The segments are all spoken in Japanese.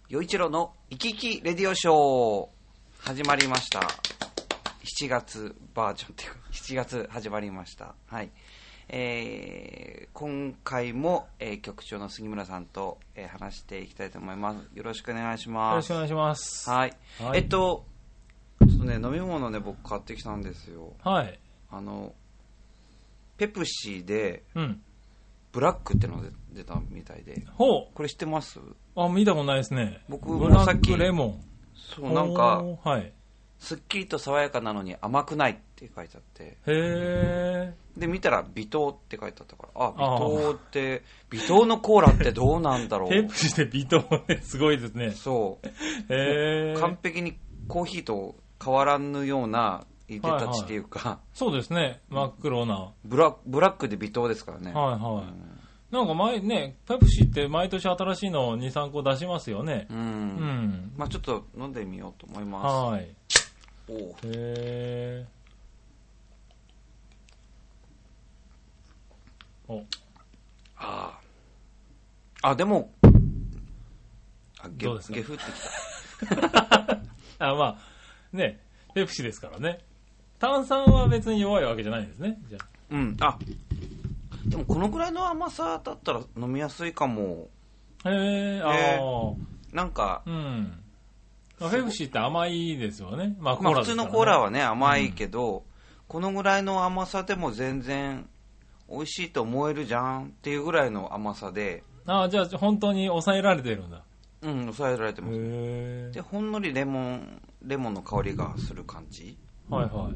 陽一郎の生き生きレディオショー始まりました。7月バージョンっていうか7月始まりました。はい。今回も、局長の杉村さんと、話していきたいと思います。よろしくお願いします。 よろしくお願いします。 はい。はい、ちょっとね飲み物ね僕買ってきたんですよ。 はい。 ペプシーで、 うん、 ブラックってのが出たみたいで。 ほう。 これ知ってます？ あ、見たことないですね。 僕もさっきブラックレモン。 そうなんか、 はい。 すっきりと爽やかなのに甘くないって書いてあって。 へー。で見たら微糖って書いてあったから、微糖って微糖のコーラってどうなんだろう。 ペプシーで微糖ね、すごいですね。 そう。完璧にコーヒーと変わらぬようないでたちっていうか、はいはい、 そうですね。真っ黒なブラックで微糖ですからね。 はいはい。なんか前ね、ペプシーって毎年新しいのを 2,3 個出しますよね。 まあちょっと飲んでみようと思います。 はい。へー。お。 でもどうですか？ ゲフってきた。 まあね、ペプシーですからね。炭酸は別に弱いわけじゃないんですね。じゃあ。 でもこのぐらいの甘さだったら飲みやすいかも。なんか、 ペプシーって甘いですよね。まあ普通のコーラはね甘いけど、このぐらいの甘さでも全然美味しいと思えるじゃんっていうぐらいの甘さで。 じゃあ本当に抑えられてるんだ。 抑えられてます。でほんのりレモンの香りがする感じ。 はいはい。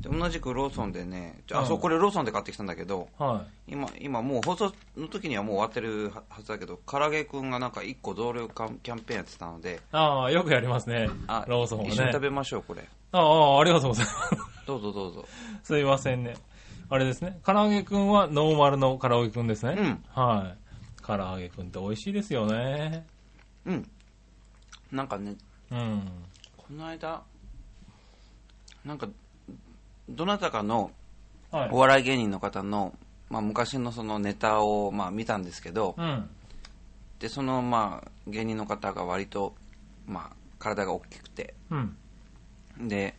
で同じくローソンでね、そうこれローソンで買ってきたんだけど、 はい、 今もう放送の時にはもう終わってるはずだけど、唐揚げくんがなんか1個増量キャンペーンやってたので、 よくやりますね。ローソンはね。 一緒に食べましょうこれ。 ありがとうございます。 どうぞ。 すいませんね。あれですね。唐揚げくんはノーマルの唐揚げくんですね。はい。唐揚げくんって美味しいですよね。 なんかね、この間なんかどなたかのお笑い芸人の方の、昔のそのネタを見たんですけど、でその芸人の方が割と体が大きくて、で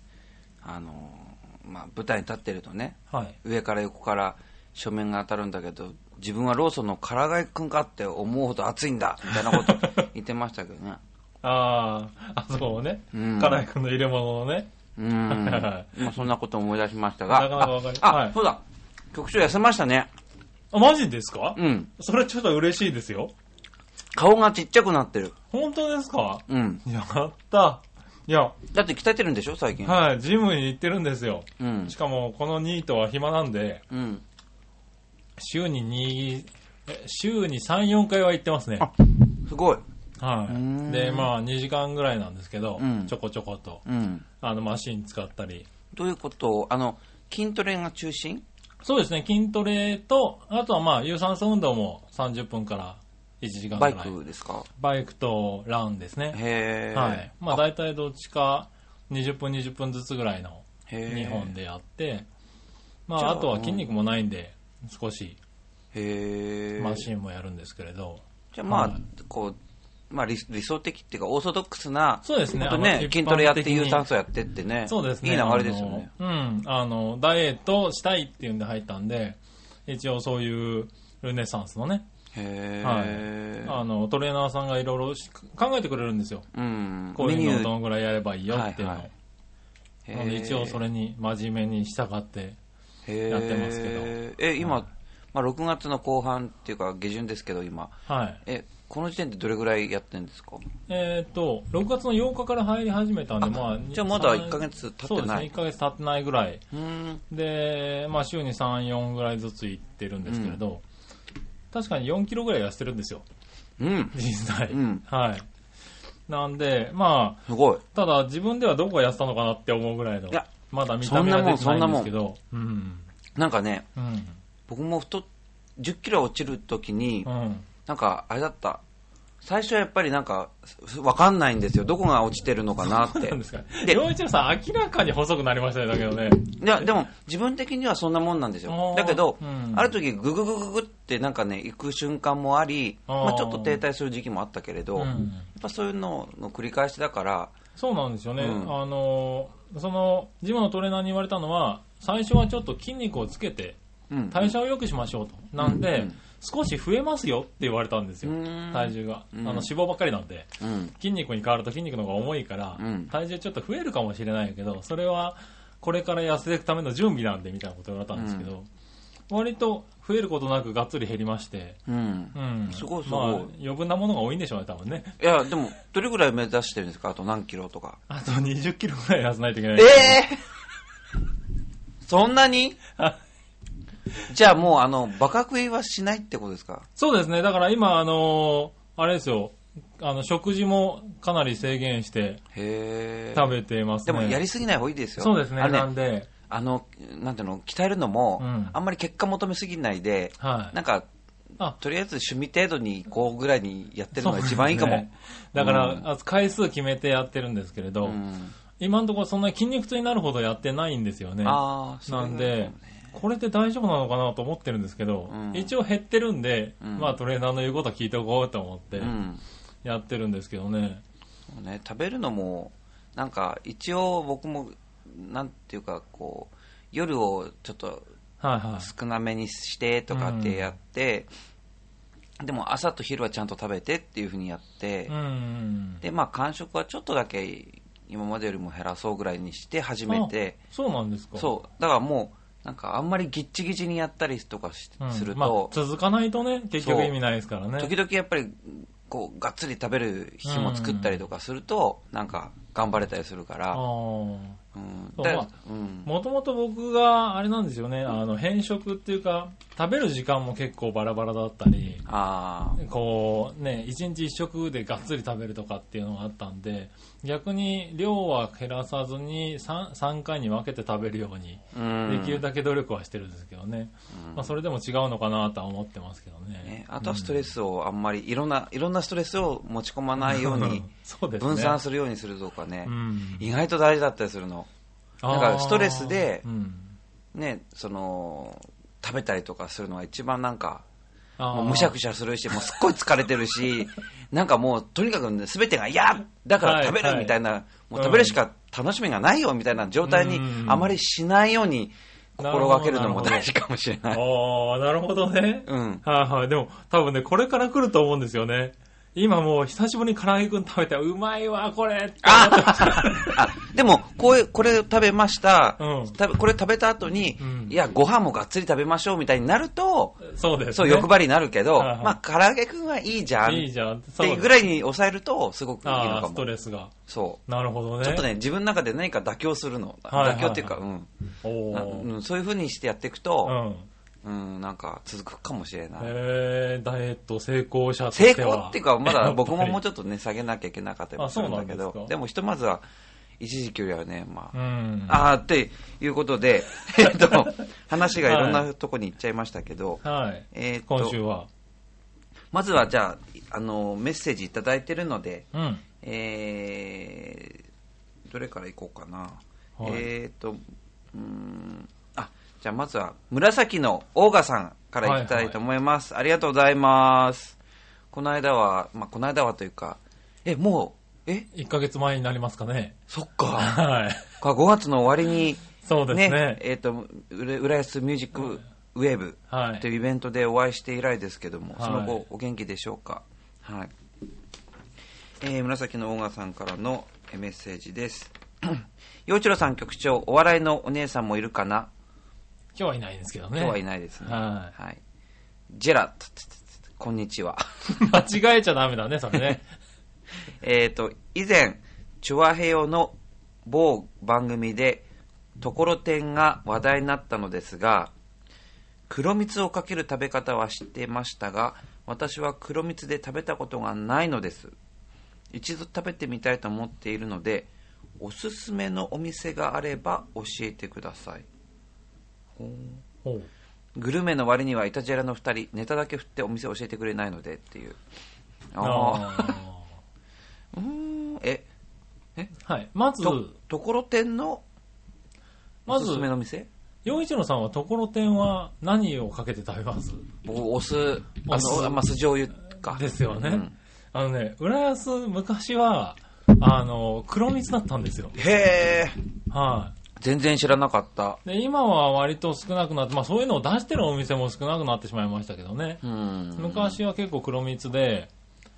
舞台に立ってるとね、上から横から正面が当たるんだけど、自分はローソンの唐揚げくんかって思うほど熱いんだみたいなこと言ってましたけどね。 そうね。唐揚げくんの入れ物のね。 そんなこと思い出しましたが。 なかなかわかる。 そうだ。局長痩せましたね。 マジですか？それちょっと嬉しいですよ。 顔がちっちゃくなってる。 本当ですか？やった。 だって鍛えてるんでしょ最近。 はい、ジムに行ってるんですよ。しかもこのニートは暇なんで、週に3、4回は行ってますね。 すごい。 はい。で、2時間ぐらいなんですけど、ちょこちょこと、マシン使ったり。 どういうこと？筋トレが中心？ そうですね、筋トレと、あとは有酸素運動も30分から1時間ぐらい。 バイクですか？ バイクとランですね。 へー。 はい。大体どっちか20分ずつぐらいの2本でやって、あとは筋肉もないんで、少し、マシンもやるんですけれど。 じゃあ理想的っていうかオーソドックスな、 そうですね。 筋トレやって有酸素やってってね。 そうですね。 いい流れですよね。 ダイエットしたいっていうんで入ったんで、一応そういうルネサンスのね。トレーナーさんがいろいろ考えてくれるんですよ。こういうのをどのぐらいやればいいよっていうのを。なので一応それに真面目に従ってやってますけど。 今、6月の後半っていうか下旬ですけど今。この時点でどれぐらいやってるんですか ？6月の8日から入り始めたんで、 じゃあまだ1ヶ月経ってない。 そうですね、1ヶ月経ってないぐらい。で、週に3、4ぐらいずつ行ってるんですけれど、確かに4キロぐらい痩せてるんですよ。実際。はい。なんで、 すごい。 ただ自分ではどこが痩せたのかなって思うぐらいの、まだ見た目は出てないんですけど。 なんかね、僕も10キロ落ちるときに、なんかあれだった、 最初はやっぱりなんか分かんないんですよ、どこが落ちてるのかなって。そうなんですか。 で、陽一郎さん明らかに細くなりましたよだけどね。 いやでも自分的にはそんなもんなんですよ。だけど、ある時グググググってなんかね行く瞬間もあり、ちょっと停滞する時期もあったけれど、やっぱそういうのの繰り返しだから。 そうなんですよね。そのジムのトレーナーに言われたのは、最初はちょっと筋肉をつけて代謝を良くしましょうと。なんで、少し増えますよって言われたんですよ、体重が。脂肪ばっかりなんで、筋肉に変わると筋肉の方が重いから、体重ちょっと増えるかもしれないけど、それはこれから痩せていくための準備なんでみたいなことを言われたんですけど、割と増えることなくがっつり減りまして、 すごいすごい。 余分なものが多いんでしょうね、多分ね。 いや、でも、どれぐらい目指してるんですか？あと何キロとか。 あと20キロぐらい痩せないといけない。 そんなにじゃあもう、バカ食いはしないってことですか？ そうですね。だから今、あれですよ。食事もかなり制限して食べてますね。 でもやりすぎない方がいいですよ。 そうですね。なんで、 なんていうの、鍛えるのも、あんまり結果求めすぎないで、なんか、とりあえず趣味程度にこうぐらいにやってるのが一番いいかも。ね、 だから、回数決めてやってるんですけれど、今のところそんな筋肉痛になるほどやってないんですよね。なんで、これで大丈夫なのかなと思ってるんですけど、一応減ってるんで、トレーナーの言うことは聞いておこうと思ってやってるんですけどね。 そうね、食べるのもなんか一応僕もなんていうかこう夜をちょっと少なめにしてとかってやって、でも朝と昼はちゃんと食べてっていう風にやって、で間食はちょっとだけ今までよりも減らそうぐらいにして始めて。 そうなんですか。 そうだからもうなんかあんまりギッチギチにやったりとかすると、 続かないとね結局意味ないですからね。 時々やっぱりこうがっつり食べる日も作ったりとかすると、なんか頑張れたりするから。 もともと僕があれなんですよね、偏食っていうか食べる時間も結構バラバラだったり、こうね、一日一食でがっつり食べるとかっていうのがあったんで、逆に量は減らさずに 3回に分けて食べるようにできるだけ努力はしてるんですけどね、それでも違うのかなとは思ってますけどね。 あとはストレスをあんまりいろんなストレスを持ち込まないように分散するようにするとかね、意外と大事だったりするの。なんかストレスで、ね、食べたりとかするのが一番なんかもうむしゃくしゃするし、もうすっごい疲れてるしなんかもうとにかく、ね、全てが嫌だから食べるみたいな、もう食べるしか楽しみがないよみたいな状態にあまりしないように心がけるのも大事かもしれない。 なるほどね。でも多分ね、これから来ると思うんですよね。今もう久しぶりに唐揚げくん食べて、うまいわこれってでもこれ食べました、これ食べた後に、いやご飯もがっつり食べましょうみたいになると、 そうですね、 そう欲張りになるけど、唐揚げくんはいいじゃんっていうぐらいに抑えるとすごくいいのかも。 ストレスが。 そうなるほどね。 ちょっとね、自分の中で何か妥協するの、妥協っていうか、そういう風にしてやっていくと、なんか続くかもしれない。 ダイエット成功者としては。 成功っていうか、まだ僕ももうちょっとね下げなきゃいけなかったりもするんだけど、でもひとまずは一時期よりはね、っていうことで話がいろんなとこに行っちゃいましたけど、 今週はまずはじゃあメッセージいただいてるので、どれからいこうかな。じゃあまずは紫のオーガさんからいきたいと思います。ありがとうございます。この間はというか、もう 1ヶ月前になりますかね。 そっか。5月の終わりにそうですね。 浦安ミュージックウェーブというイベントでお会いして以来ですけども、その後お元気でしょうか。紫のオーガさんからのメッセージです。陽一郎さん局長、お笑いのお姉さんもいるかな？ 今日はいないですけどね。 今日はいないですね。ジェラット、こんにちは。 間違えちゃダメだね、それね。 以前、チュワヘヨの某番組で、ところてんが話題になったのですが、黒蜜をかける食べ方は知っていましたが、私は黒蜜で食べたことがないのです。一度食べてみたいと思っているので、おすすめのお店があれば教えてください。グルメの割にはイタジェラの2人、ネタだけ振ってお店教えてくれないのでっていう。 はい。まず、 ところてんのおすすめの店？ 陽一郎さんはところてんは何をかけて食べます？ 僕、お酢醤油か。 ですよね。浦安、昔は、黒蜜だったんですよ。 へー。はい。 全然知らなかった。 で、今は割と少なくなって、まあそういうのを出してるお店も少なくなってしまいましたけどね。昔は結構黒蜜で、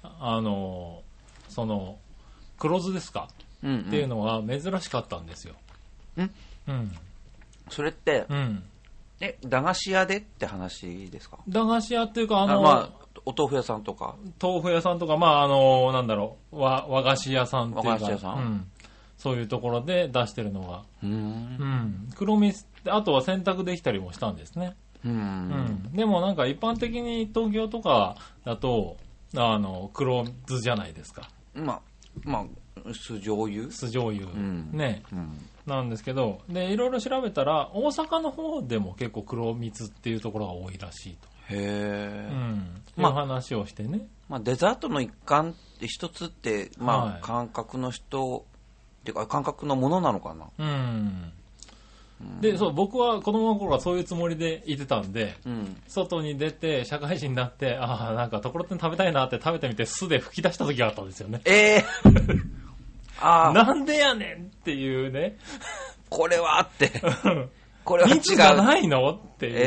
黒酢ですか、っていうのは珍しかったんですよ。 それって、駄菓子屋でって話ですか？ 駄菓子屋っていうか、 お豆腐屋さんとか。 豆腐屋さんとか、なんだろう、和菓子屋さんっていうか。 和菓子屋さん、 そういうところで出してるのが。黒蜜って、あとは洗濯できたりもしたんですね。でもなんか一般的に東京とかだと、黒酢じゃないですか。 酢醤油ね、なんですけど、でいろいろ調べたら大阪の方でも結構黒蜜っていうところが多いらしいと。 へえ。 いう話をしてね。 デザートの一環って一つって、感覚の人っていうか感覚のものなのかな。 で、そう、僕は子供の頃はそういうつもりでいてたんで、外に出て社会人になって、なんかところてん食べたいなって食べてみて酢で吹き出した時があったんですよね。なんでやねんっていうね。 これはって。 これは違う。蜜じゃないのっていう。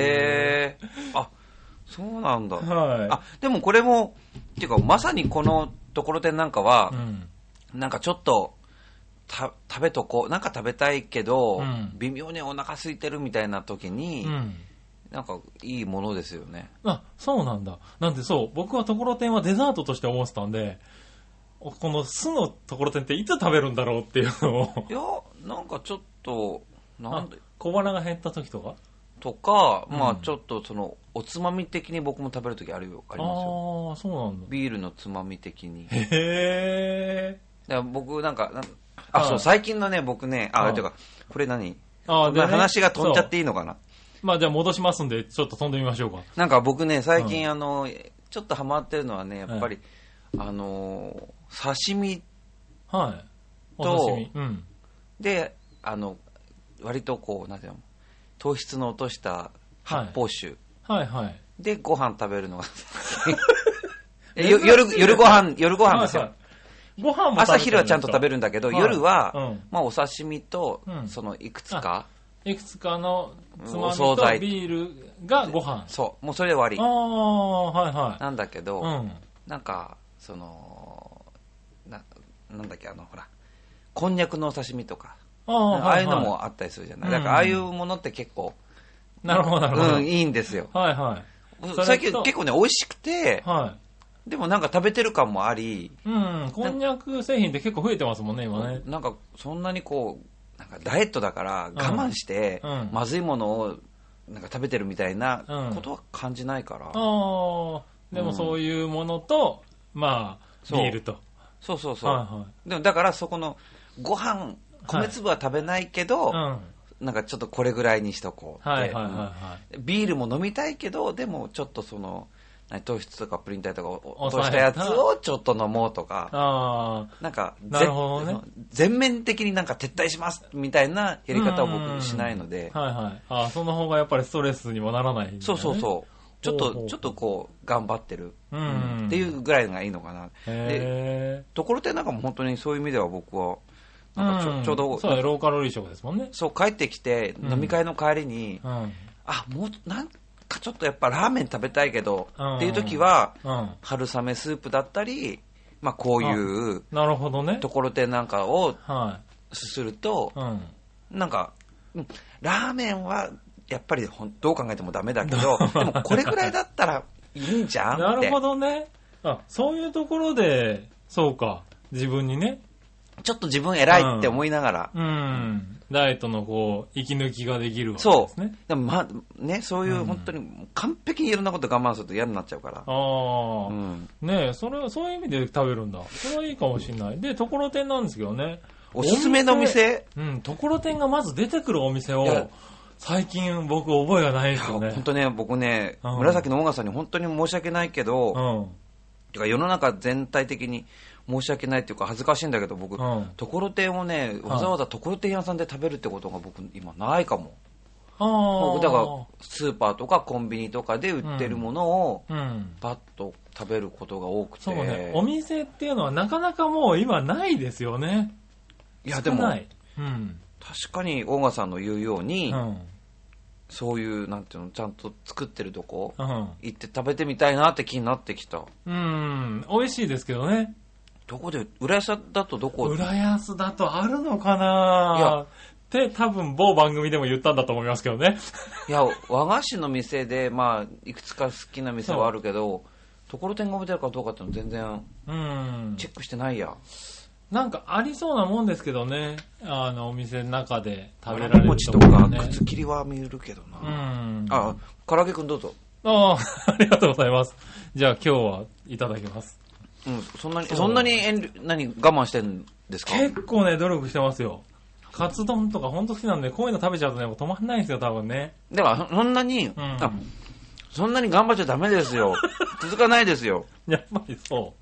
そうなんだ。でもこれも、っていうかまさにこのところてんなんかは、なんかちょっと、食べとこう、なんか食べたいけど、微妙にお腹空いてるみたいな時に、なんかいいものですよね。 そうなんだ。なんで僕はところてんはデザートとして思ってたんで、この酢のところてんっていつ食べるんだろうっていうのを。 いや、なんかちょっと、 小腹が減った時とかとか、ちょっとおつまみ的に僕も食べる時ありますよ。 そうなんだ。 ビールのつまみ的に。 へー。僕なんか、最近のね、僕ね、てか、これ何？話が飛んじゃっていいのかな？ じゃあ戻しますんで、ちょっと飛んでみましょうか。 なんか僕ね、最近ちょっとハマってるのはね、やっぱり、刺身と、で、割とこう、なんていうの、糖質の落とした発泡酒。で、ご飯食べるのが夜ご飯ですよ。 ご飯も朝昼はちゃんと食べるんだけど、夜は、お刺身と、いくつかのつまみとビールがご飯。 そう、もうそれで終わり。なんだけど、なんか、なんだっけ、ほら、こんにゃくのお刺身とか、ああいうのもあったりするじゃない。だからああいうものって結構、 なるほど。 いいんですよ。最近結構ね、美味しくて、でもなんか食べてる感もあり、 こんにゃく製品って結構増えてますもんね、今ね。 なんかそんなにこう、なんかダイエットだから我慢して、まずいものをなんか食べてるみたいなことは感じないから。 でもそういうものと、ビールと。 そう。でもだからそこのご飯、米粒は食べないけど、なんかちょっとこれぐらいにしとこうって。ビールも飲みたいけど、でもちょっと糖質とかプリン体とか落としたやつをちょっと飲もうとか、なんか全面的になんか撤退しますみたいなやり方を僕しないので、 その方がやっぱりストレスにもならない。 そう。ちょっとこう頑張ってるっていうぐらいがいいのかな。で、ところてなんかも本当にそういう意味では僕はなんかちょうどローカロリー食ですもんね。 そう、帰ってきて飲み会の帰りに、もうなんかちょっとやっぱラーメン食べたいけどっていう時は春雨スープだったり、こういうところてなんかをすると、なんかラーメンはやっぱりどう考えてもダメだけど、でもこれぐらいだったらいいんじゃんって。 なるほどね。そういうところで、そうか、自分にね。 ちょっと自分偉いって思いながら。 ダイエットの息抜きができるわけですね。 そう。でもそういう本当に完璧にいろんなこと我慢すると嫌になっちゃうから。 そういう意味で食べるんだ。それはいいかもしれない。で、ところてんなんですけどね。 おすすめの店？ ところてんがまず出てくるお店を、最近僕覚えがないですよね。 本当ね、僕ね、紫の小川さんに本当に申し訳ないけど、 てか世の中全体的に申し訳ないっていうか恥ずかしいんだけど僕、ところてんをねわざわざところてん屋さんで食べるってことが僕今ないかも。だからスーパーとかコンビニとかで売ってるものをパッと食べることが多くて、 そうね、お店っていうのはなかなかもう今ないですよね。 いやでも、確かに大賀さんの言うように、そういうなんていうのちゃんと作ってるとこ、行って食べてみたいなって気になってきた。 美味しいですけどね。 どこで浦安だとどこ？ 浦安だとあるのかな。いやって多分某番組でも言ったんだと思いますけどね。 いや和菓子の店でまあいくつか好きな店はあるけど、ところてんが置いてあるかどうかっていうの全然チェックしてないや。 なんかありそうなもんですけどね。お店の中で食べられるところ、ね。 餅とか靴切りは見るけどな。唐揚げくんどうぞ。 ありがとうございます。じゃあ今日はいただきます。 そんなに我慢してるんですか？ 結構ね努力してますよ。カツ丼とかほんと好きなんで、こういうの食べちゃうとね、もう止まんないんですよ、多分ね。 だからそんなに頑張っちゃダメですよ。続かないですよ。 やっぱりそう。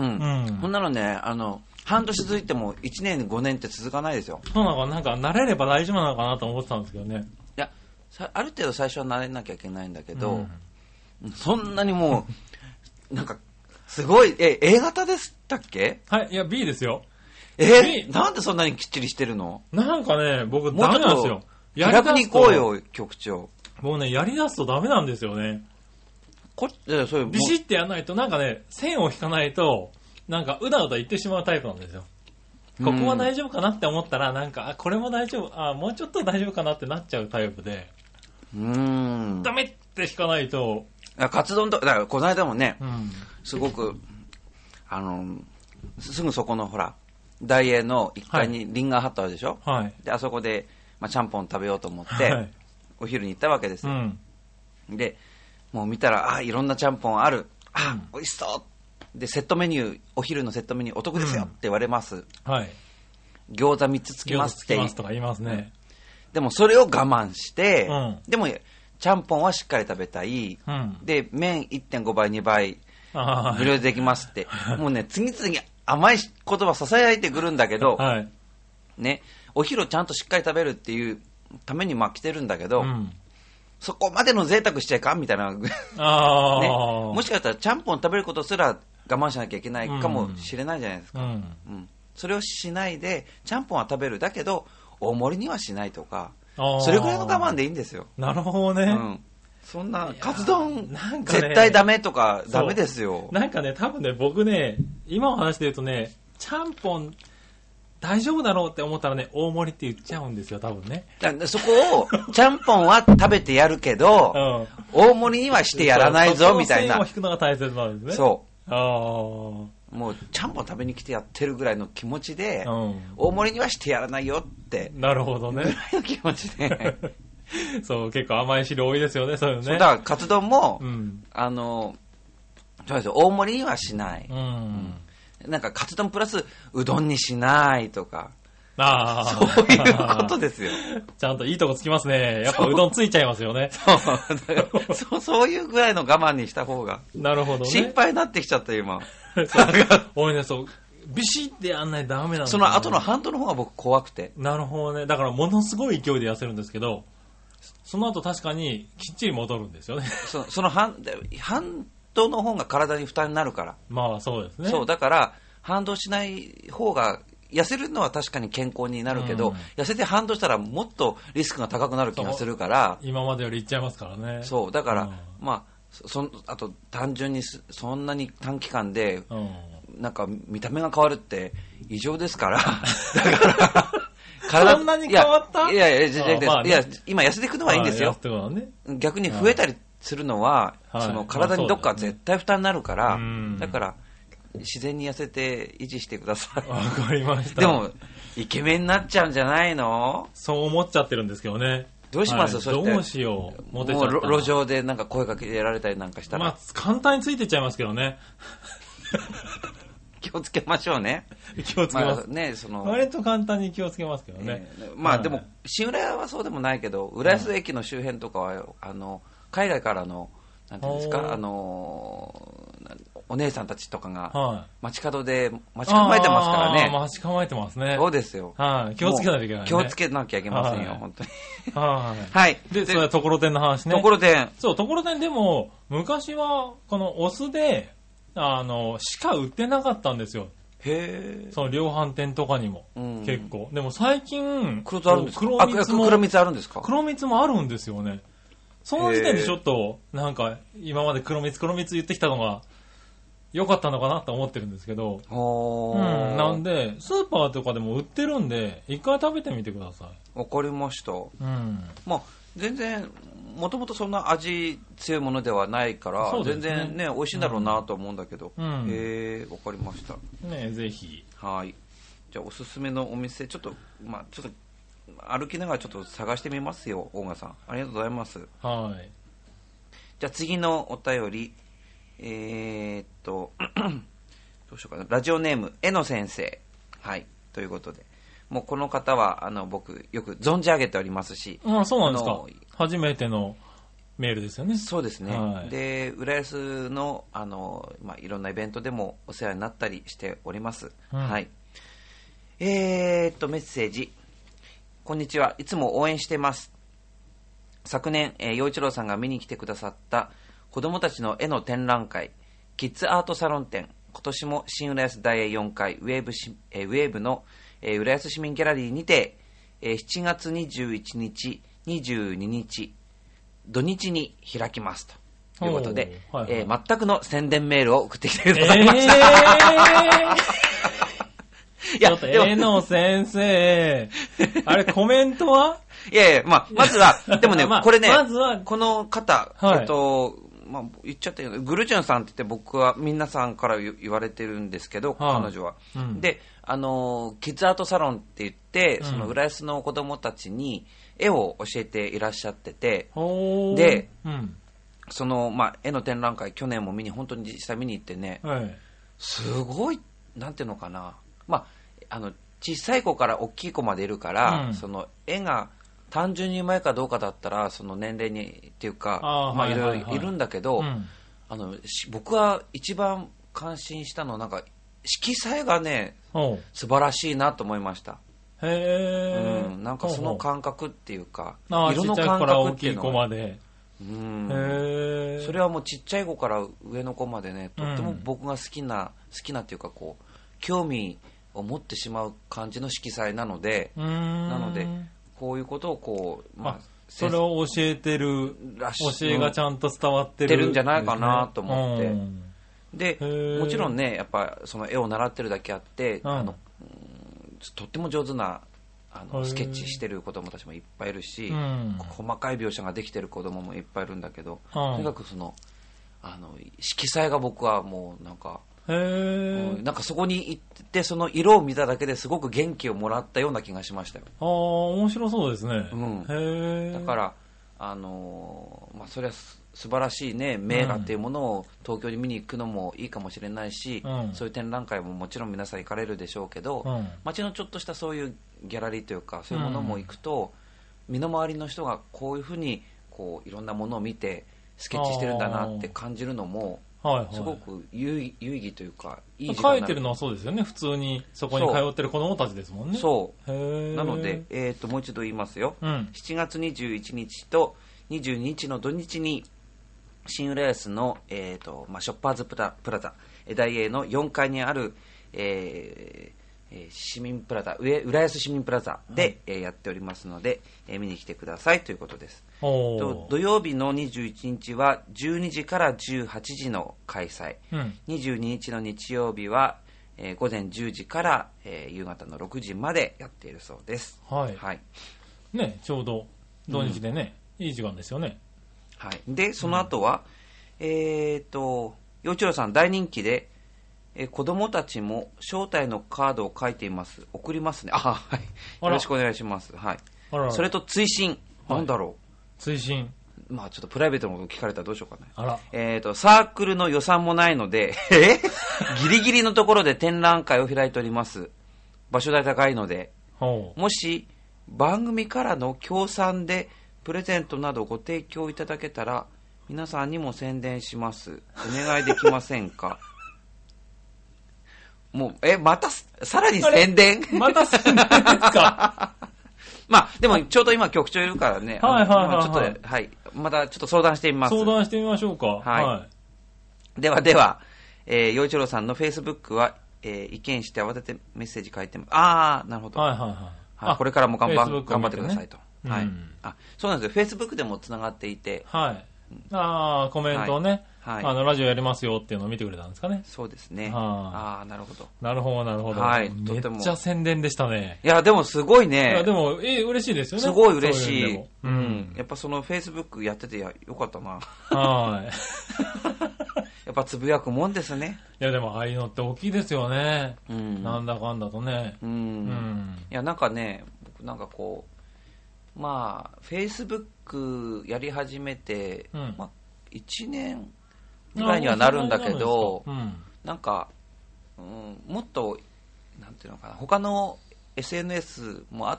そんなのね、半年続いても1年5年って続かないですよ。 そうなのかなんか慣れれば大丈夫なのかなと思ってたんですけどね。 いや、ある程度最初は慣れなきゃいけないんだけど、そんなにもう、なんか、すごい、A 型でしたっけ？ はい、いや、B ですよ。 なんでそんなにきっちりしてるの？ なんかね、僕ダメなんですよ。 気楽に行こうよ、局長。 もうね、やり出すとダメなんですよね。ビシッてやらないと、なんかね、線を引かないと、なんかうだうだ言ってしまうタイプなんですよ。ここは大丈夫かなって思ったら、なんか、これも大丈夫、もうちょっと大丈夫かなってなっちゃうタイプで。ダメって引かないと。 カツ丼と、だからこの間もね、すごく、すぐそこのほら、大英の1階にリンガーハットあるでしょ、であそこで、ちゃんぽん食べようと思って、お昼に行ったわけですよ、でもう見たらいろんなちゃんぽんある、美味しそうでセットメニュー、お昼のセットメニューお得ですよって言われます、餃子3つつきますってとか言いますね、 でもそれを我慢して、でもちゃんぽんはしっかり食べたい、で麺 1.5 倍2倍無料でできますってもうね次々甘い言葉ささやいてくるんだけど、ね、お昼をちゃんとしっかり食べるっていうために来てるんだけど、そこまでの贅沢しちゃいかんみたいな、ね、もしかしたらちゃんぽん食べることすら我慢しなきゃいけないかもしれないじゃないですか、それをしないでちゃんぽんは食べるだけど大盛りにはしないとか、それぐらいの我慢でいいんですよ。 なるほどね、 そんなカツ丼絶対ダメとかダメですよ。 なんかね多分ね僕ね今の話で言うとねちゃんぽん大丈夫だろうって思ったらね大盛りって言っちゃうんですよ多分ね。 そこをちゃんぽんは食べてやるけど、大盛りにはしてやらないぞみたいな。 線を引くのが大切なんですね。 そう。もうちゃんぽん食べに来てやってるぐらいの気持ちで、大盛りにはしてやらないよって。 なるほどね。 ぐらいの気持ちで。 そう結構甘い汁多いですよねそういうのね。 そうだからカツ丼も、そうですよ、大盛りにはしない。なんかカツ丼プラスうどんにしないとか、そういうことですよ。 ちゃんといいとこつきますね。やっぱうどんついちゃいますよね。 そういうぐらいの我慢にした方が。 なるほどね。 心配になってきちゃった今。 俺ねそうビシッてやんないとダメなんだ、 その後の半島の方が僕怖くて。 なるほどね。だからものすごい勢いで痩せるんですけど、その後確かにきっちり戻るんですよね。 その反動の方が体に負担になるから。 まあそうですね。 そうだから反動しない方が痩せるのは確かに健康になるけど、痩せて反動したらもっとリスクが高くなる気がするから。 今までよりいっちゃいますからね。 そうだから、あと単純にそんなに短期間で、なんか見た目が変わるって異常ですから。だから体そんなに変わった？ いや今痩せていくのはいいんですよ。逆に増えたりするのは、その体にどっか絶対負担になるから、だから自然に痩せて維持してください。 わかりました。 でもイケメンになっちゃうんじゃないの？ そう思っちゃってるんですけどね。 どうします？そしてどうしよう。モテちゃった。 もう路上でなんか声かけられたりなんかしたら。 簡単についてっちゃいますけどね。 気をつけましょうね。 気をつけます。割と簡単に気をつけますけどね。 でも新浦安はそうでもないけど、浦安駅の周辺とかは海外からのなんていうんですか、 お姉さんたちとかが街角で待ち構えてますからね。 待ち構えてますね。 そうですよ。 気をつけないといけない、ね。 気をつけなきゃいけませんよ、本当に。 はい。で、それはところてんの話ね。 ところてん。 そう、ところてんでも、昔は、このお酢で、しか売ってなかったんですよ。 へぇ。 その量販店とかにも、結構。でも最近、 黒蜜あるんですか？黒蜜あるんですか？ 黒蜜もあるんですよね。その時点でちょっと、なんか、今まで黒蜜言ってきたのが、良かったのかなと思ってるんですけど。なんで、スーパーとかでも売ってるんで、一回食べてみてください。 わかりました。まあ、全然、もともとそんな味強いものではないから、全然ね、美味しいんだろうなと思うんだけど。わかりました。 ね、ぜひ。 はい。じゃあ、おすすめのお店、ちょっと歩きながらちょっと探してみますよ、大賀さん。ありがとうございます。 はい。 じゃあ次のお便り、どうしようかな。ラジオネーム、えの先生。はい。ということで。もうこの方は、僕、よく存じ上げておりますし。 そうなんですか。初めてのメールですよね。 そうですね。はい、で、浦安の、いろんなイベントでもお世話になったりしております。はい。メッセージ。こんにちは。いつも応援してます。昨年、陽一郎さんが見に来てくださった子供たちの絵の展覧会、キッズアートサロン展、今年も新浦安大英4階ウェーブの、浦安市民ギャラリーにて、7月21日、22日、土日に開きますということで、全くの宣伝メールを送ってきてくださいました。 いや、絵の先生、あれコメントは？ いやいや、まずは、でもね、これね、 まずはこの方、言っちゃったけど、グルチュンさんって言って僕は皆さんから言われてるんですけど、彼女は。で、キッズアートサロンって言って、その浦安の子供たちに絵を教えていらっしゃってて、で、その、絵の展覧会、去年も本当に実際見に行ってね、すごい、なんていうのかな、小さい子から大きい子までいるから、その絵が単純にうまいかどうかだったら、その年齢にっていうか、いろいろいるんだけど、僕は一番感心したのは、なんか、色彩がね、素晴らしいなと思いました。なんかその感覚っていうか、 色の感覚っていうのは、 それはもうちっちゃい子から上の子までね、とっても僕が好きなっていうか、こう、興味を持ってしまう感じの色彩なので、こういうことをこう、 それを教えてる、教えがちゃんと伝わってるんじゃないかなと思って。で、もちろんね、やっぱその絵を習ってるだけあって、とっても上手なスケッチしてる子供たちもいっぱいいるし、細かい描写ができてる子供もいっぱいいるんだけど、とにかくその色彩が僕はもうなんか、なんかそこに行ってその色を見ただけですごく元気をもらったような気がしましたよ。 面白そうですね。 だからそれは素晴らしいね名画っていうものを東京に見に行くのもいいかもしれないし、そういう展覧会ももちろん皆さん行かれるでしょうけど、街のちょっとしたそういうギャラリーというかそういうものも行くと、身の回りの人がこういうふうにこういろんなものを見てスケッチしてるんだなって感じるのもすごく有意義というかいい時間書いてるのはそうですよね。普通にそこに通ってる子供たちですもんね。 そうなので、もう一度言いますよ、7月21日と22日の土日に新浦安の、ショッパーズプラザ大英の4階にある、市民プラザ浦安市民プラザで、やっておりますので、見に来てくださいということです。土曜日の21日は12時から18時の開催、22日の日曜日は、午前10時から、夕方の6時までやっているそうです。 ね、ちょうど土日でね、いい時間ですよね。 でその後は、陽一郎さん大人気で、子供たちも招待のカードを書いています。送りますね。よろしくお願いします。それと追伸、なんだろう。追伸。 ちょっとプライベートのこと聞かれたらどうしようかね。サークルの予算もないので、ギリギリのところで展覧会を開いております。場所代高いので、もし番組からの協賛でプレゼントなどご提供いただけたら皆さんにも宣伝します。お願いできませんか。 もう、また、さらに宣伝また宣伝ですかまあ、でも、ちょうど今局長いるからね。 はいはいはい、はい。 ちょっと、はい。またちょっと相談してみます。 相談してみましょうか。 はい。では、陽一郎さんの Facebook は、意見して慌ててメッセージ書いてます。なるほど。 はいはいはい。 これからも頑張ってくださいと。はい。そうなんですよ。Facebook でもつながっていて。 はい。コメントをね、ラジオやりますよっていうのを見てくれたんですかね。 そうですね。なるほど。 なるほど。 はい。 めっちゃ宣伝でしたね。 いや、でもすごいね。 いや、でも、嬉しいですよね。 すごい嬉しい。やっぱその Facebook やっててよかったな。 はい。 やっぱつぶやくもんですね。 いや、でもああいうのって大きいですよね。なんだかんだとね。 いや、なんかね、僕なんかこう、まあ、Facebook やり始めて、まあ、1年ぐらいにはなるんだけど、なんか、もっと、なんていうのかな、他の SNS もあって、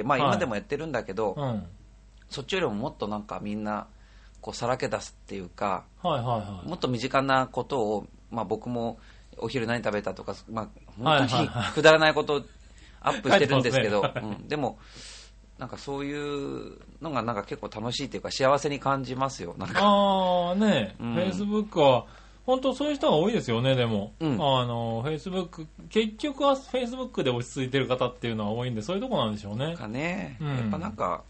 まあ今でもやってるんだけど、そっちよりももっとなんかみんな、こうさらけ出すっていうか、もっと身近なことを、まあ僕もお昼何食べたとか、まあ本当にくだらないことをアップしてるんですけど、でも、なんかそういうのがなんか結構楽しいっていうか幸せに感じますよ。なんか Facebook は本当そういう人が多いですよね。でも、Facebook 結局は Facebook で落ち着いてる方っていうのは多いんで、そういうとこなんでしょうね。 やっぱなんか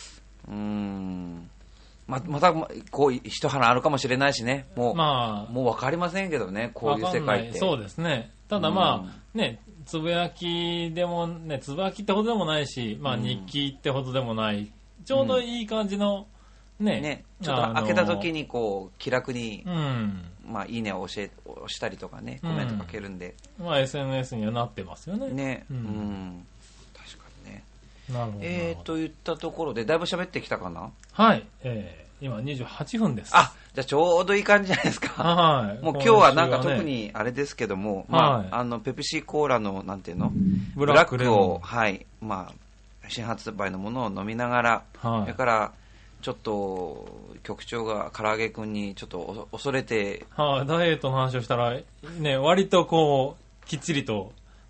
またこう一花あるかもしれないしね。もう分かりませんけどね、こういう世界って。 そうですね。ただまあね。つぶやきでもね、つぶやきってほどでもないし、まあ日記ってほどでもない、ちょうどいい感じのね、 ちょっと開けた時にこう気楽に、まあいいねを押したりとかね、コメントかけるんで、 まあ SNS にはなってますよね。 ね、確かにね。 なるほど。 といったところでだいぶ喋ってきたかな。 はい、今28分です。 じゃあちょうどいい感じじゃないですか。 はい。 もう今日はなんか特にあれですけども、まあ、ペプシコーラの、なんていうのブラックを、まあ、新発売のものを飲みながら、それから、ちょっと、局長が唐揚げくんにちょっと恐れて、 ダイエットの話をしたら、ね、割とこう、きっちりと、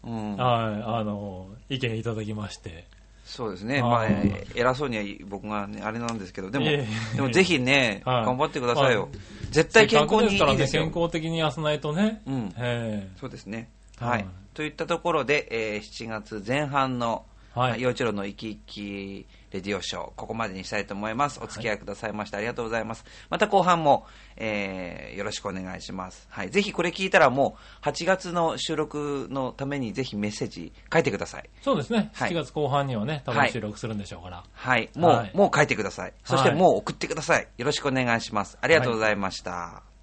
意見いただきまして。 そうですね。まあ、偉そうには僕がね、あれなんですけど、でもぜひね、頑張ってくださいよ。絶対健康にいいですよ。 健康的に痩せないとね。 そうですね。はい。といったところで、7月前半の、陽一郎の生き生きレディオショー、ここまでにしたいと思います。お付き合いくださいましてありがとうございます。また後半も、よろしくお願いします。はい。ぜひこれ聞いたらもう、8月の収録のためにぜひメッセージ書いてください。 そうですね。7月後半にはね、多分収録するんでしょうから。 はい。もう書いてください。そしてもう送ってください。よろしくお願いします。ありがとうございました。